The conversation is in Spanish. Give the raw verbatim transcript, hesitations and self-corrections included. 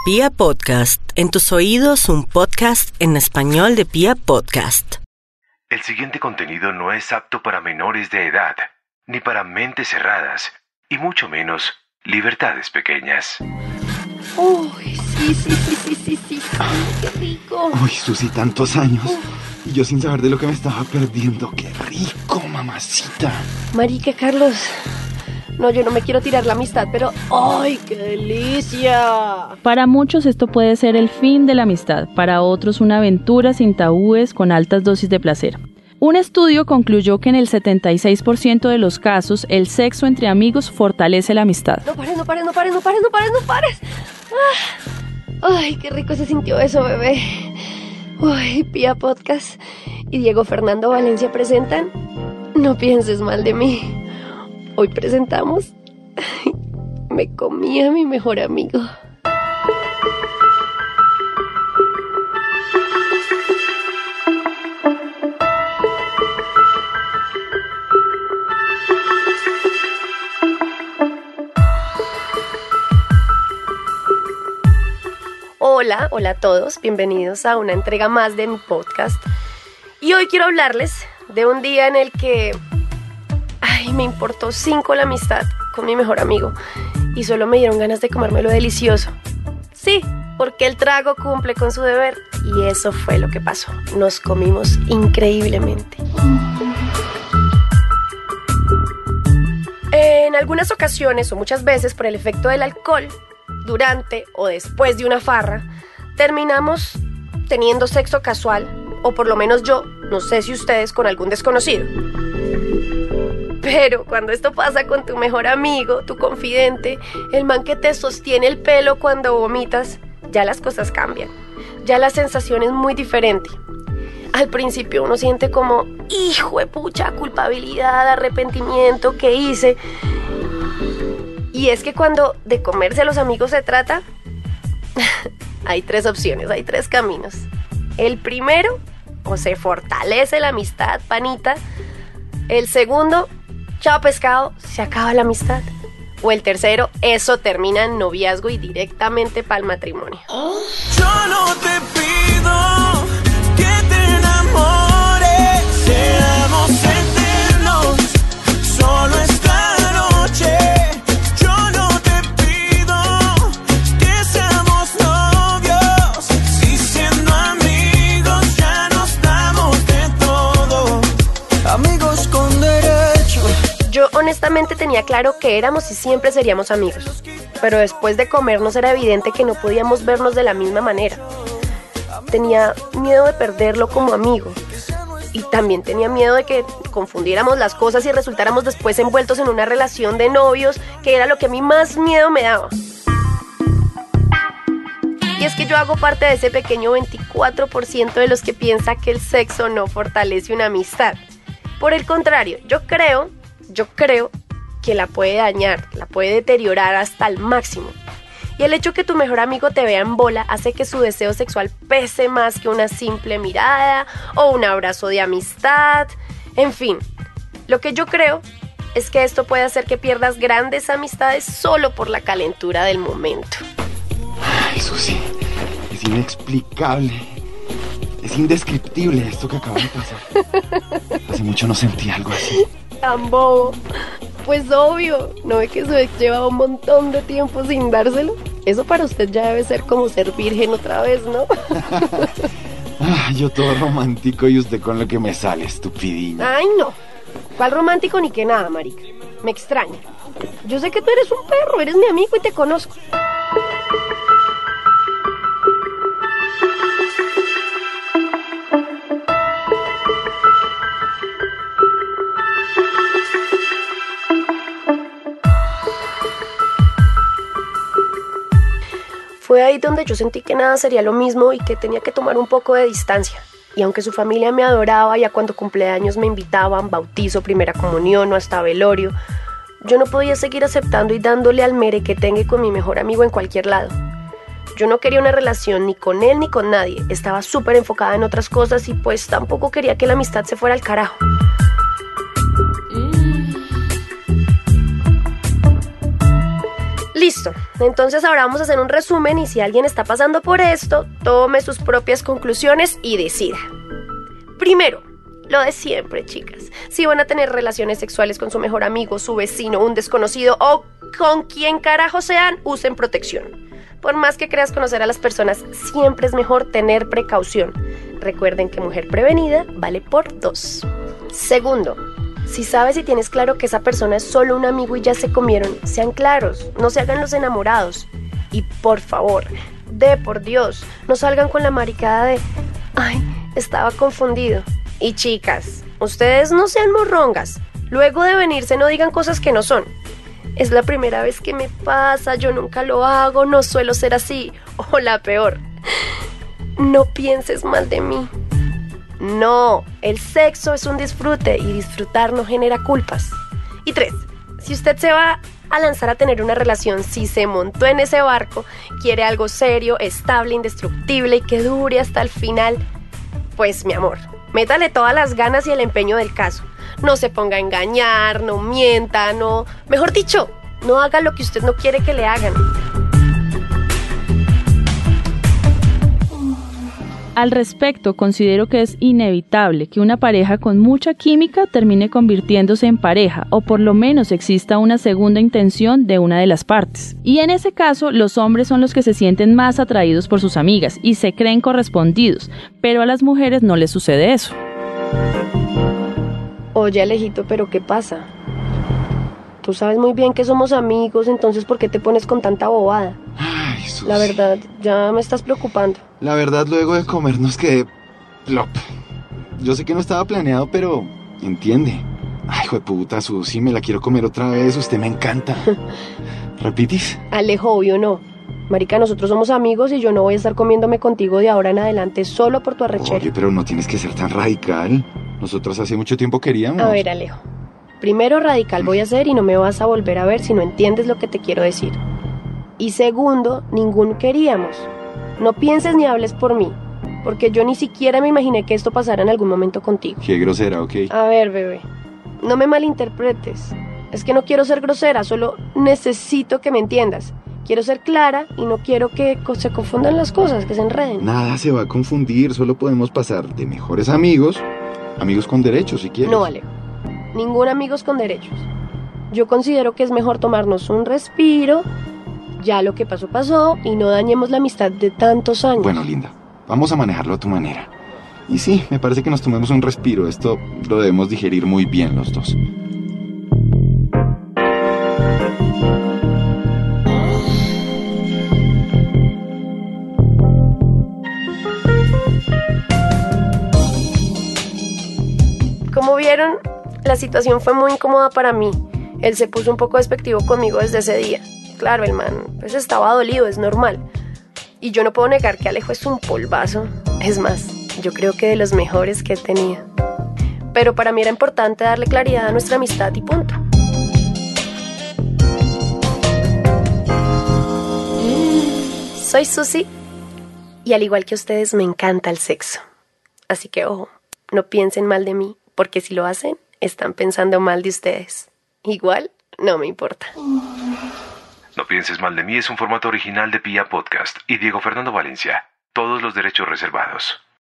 Pia Podcast, en tus oídos un podcast en español de Pia Podcast. El siguiente contenido no es apto para menores de edad, ni para mentes cerradas, y mucho menos libertades pequeñas. Uy, sí, sí, sí, sí, sí, sí, qué rico. Uy, Susi, tantos años. Uf. Y yo sin saber de lo que me estaba perdiendo. ¡Qué rico, mamacita! Marica, Carlos. No, yo no me quiero tirar la amistad, pero ¡ay, qué delicia! Para muchos esto puede ser el fin de la amistad, para otros una aventura sin tabúes con altas dosis de placer. Un estudio concluyó que en el setenta y seis por ciento de los casos el sexo entre amigos fortalece la amistad. No pares, no pares, no pares, no pares, no pares, no pares. Ah. Ay, qué rico se sintió eso, bebé. Uy, Pia Podcast y Diego Fernando Valencia presentan No pienses mal de mí. Hoy presentamos Me comí a mi mejor amigo. Hola, hola a todos, bienvenidos a una entrega más de mi podcast. Y hoy quiero hablarles de un día en el que ay, me importó cinco la amistad con mi mejor amigo y solo me dieron ganas de comérmelo delicioso. Sí, porque el trago cumple con su deber y eso fue lo que pasó. Nos comimos increíblemente. En algunas ocasiones o muchas veces por el efecto del alcohol, durante o después de una farra, terminamos teniendo sexo casual, o por lo menos yo, no sé si ustedes, con algún desconocido. Pero cuando esto pasa con tu mejor amigo, tu confidente, el man que te sostiene el pelo cuando vomitas, ya las cosas cambian. Ya la sensación es muy diferente. Al principio uno siente como, hijo de pucha, culpabilidad, arrepentimiento, ¿qué hice? Y es que cuando de comerse a los amigos se trata, hay tres opciones, hay tres caminos. El primero, o se fortalece la amistad, panita. El segundo, chao pescado, se acaba la amistad. O el tercero, eso termina en noviazgo y directamente para el matrimonio. Yo no te pido que te enamores, seamos eternos, solo esta noche. Yo no te pido que seamos novios, si siendo amigos ya nos damos de todo, amigos con derecho. Yo honestamente tenía claro que éramos y siempre seríamos amigos, pero después de comernos era evidente que no podíamos vernos de la misma manera. Tenía miedo de perderlo como amigo y también tenía miedo de que confundiéramos las cosas y resultáramos después envueltos en una relación de novios, que era lo que a mí más miedo me daba. Y es que yo hago parte de ese pequeño veinticuatro por ciento de los que piensa que el sexo no fortalece una amistad. Por el contrario, yo creo Yo creo que la puede dañar, la puede deteriorar hasta el máximo. Y el hecho que tu mejor amigo te vea en bola hace que su deseo sexual pese más que una simple mirada o un abrazo de amistad. En fin, lo que yo creo es que esto puede hacer que pierdas grandes amistades solo por la calentura del momento. Ay, Susi, es inexplicable. Es indescriptible esto que acaba de pasar. Hace mucho no sentí algo así. Tan bobo. Pues obvio, ¿no ve que su ex lleva un montón de tiempo sin dárselo? Eso para usted ya debe ser como ser virgen otra vez, ¿no? Ah, yo todo romántico y usted con lo que me sale, estupidina. Ay, no. ¿Cuál romántico ni qué nada, marica? Me extraña. Yo sé que tú eres un perro, eres mi amigo y te conozco. Fue ahí donde yo sentí que nada sería lo mismo y que tenía que tomar un poco de distancia. Y aunque su familia me adoraba y a cuando cumpleaños me invitaban, bautizo, primera comunión o hasta velorio, yo no podía seguir aceptando y dándole al merequetengue con mi mejor amigo en cualquier lado. Yo no quería una relación ni con él ni con nadie, estaba súper enfocada en otras cosas y pues tampoco quería que la amistad se fuera al carajo. Listo, entonces ahora vamos a hacer un resumen y si alguien está pasando por esto, tome sus propias conclusiones y decida. Primero, lo de siempre, chicas. Si van a tener relaciones sexuales con su mejor amigo, su vecino, un desconocido o con quien carajo sean, usen protección. Por más que creas conocer a las personas, siempre es mejor tener precaución. Recuerden que mujer prevenida vale por dos. Segundo, si sabes y tienes claro que esa persona es solo un amigo y ya se comieron, sean claros, no se hagan los enamorados. Y por favor, de por Dios, no salgan con la maricada de ay, estaba confundido. Y chicas, ustedes no sean morrongas. Luego de venirse no digan cosas que no son. Es la primera vez que me pasa, yo nunca lo hago, no suelo ser así. O la peor, no pienses mal de mí. No, el sexo es un disfrute y disfrutar no genera culpas. Y tres, si usted se va a lanzar a tener una relación, si se montó en ese barco, quiere algo serio, estable, indestructible y que dure hasta el final, pues mi amor, métale todas las ganas y el empeño del caso. No se ponga a engañar, no mienta, no... Mejor dicho, no haga lo que usted no quiere que le hagan. Al respecto, considero que es inevitable que una pareja con mucha química termine convirtiéndose en pareja, o por lo menos exista una segunda intención de una de las partes. Y en ese caso, los hombres son los que se sienten más atraídos por sus amigas y se creen correspondidos, pero a las mujeres no les sucede eso. Oye, Alejito, ¿pero qué pasa? Tú sabes muy bien que somos amigos, entonces ¿por qué te pones con tanta bobada? Ay, Susi. La verdad, ya me estás preocupando. La verdad, luego de comer nos quedé plop. Yo sé que no estaba planeado, pero entiende. Ay, hijo de puta, Susi, me la quiero comer otra vez. Usted me encanta. ¿Repitis? Alejo, obvio no. Marica, nosotros somos amigos y yo no voy a estar comiéndome contigo de ahora en adelante solo por tu arrechera. Oye, pero no tienes que ser tan radical. Nosotros hace mucho tiempo queríamos. A ver, Alejo. Primero, radical voy a ser y no me vas a volver a ver si no entiendes lo que te quiero decir. Y segundo, ninguno queríamos. No pienses ni hables por mí, porque yo ni siquiera me imaginé que esto pasara en algún momento contigo. Qué grosera, ¿ok? A ver, bebé, no me malinterpretes. Es que no quiero ser grosera, solo necesito que me entiendas. Quiero ser clara y no quiero que se confundan las cosas, que se enreden. Nada se va a confundir, solo podemos pasar de mejores amigos, amigos con derechos, si quieres. No, Alejo. Ningún amigos con derechos. Yo considero que es mejor tomarnos un respiro, ya lo que pasó pasó, y no dañemos la amistad de tantos años. Bueno, linda, vamos a manejarlo a tu manera. Y sí, me parece que nos tomemos un respiro, esto lo debemos digerir muy bien los dos. Como vieron, la situación fue muy incómoda para mí. Él se puso un poco despectivo conmigo desde ese día. Claro, el man pues estaba dolido, es normal. Y yo no puedo negar que Alejo es un polvazo. Es más, yo creo que de los mejores que he tenido. Pero para mí era importante darle claridad a nuestra amistad y punto. Soy Susi y al igual que ustedes me encanta el sexo. Así que ojo, no piensen mal de mí, porque si lo hacen, están pensando mal de ustedes. Igual, no me importa. No pienses mal de mí es un formato original de Pia Podcast y Diego Fernando Valencia. Todos los derechos reservados.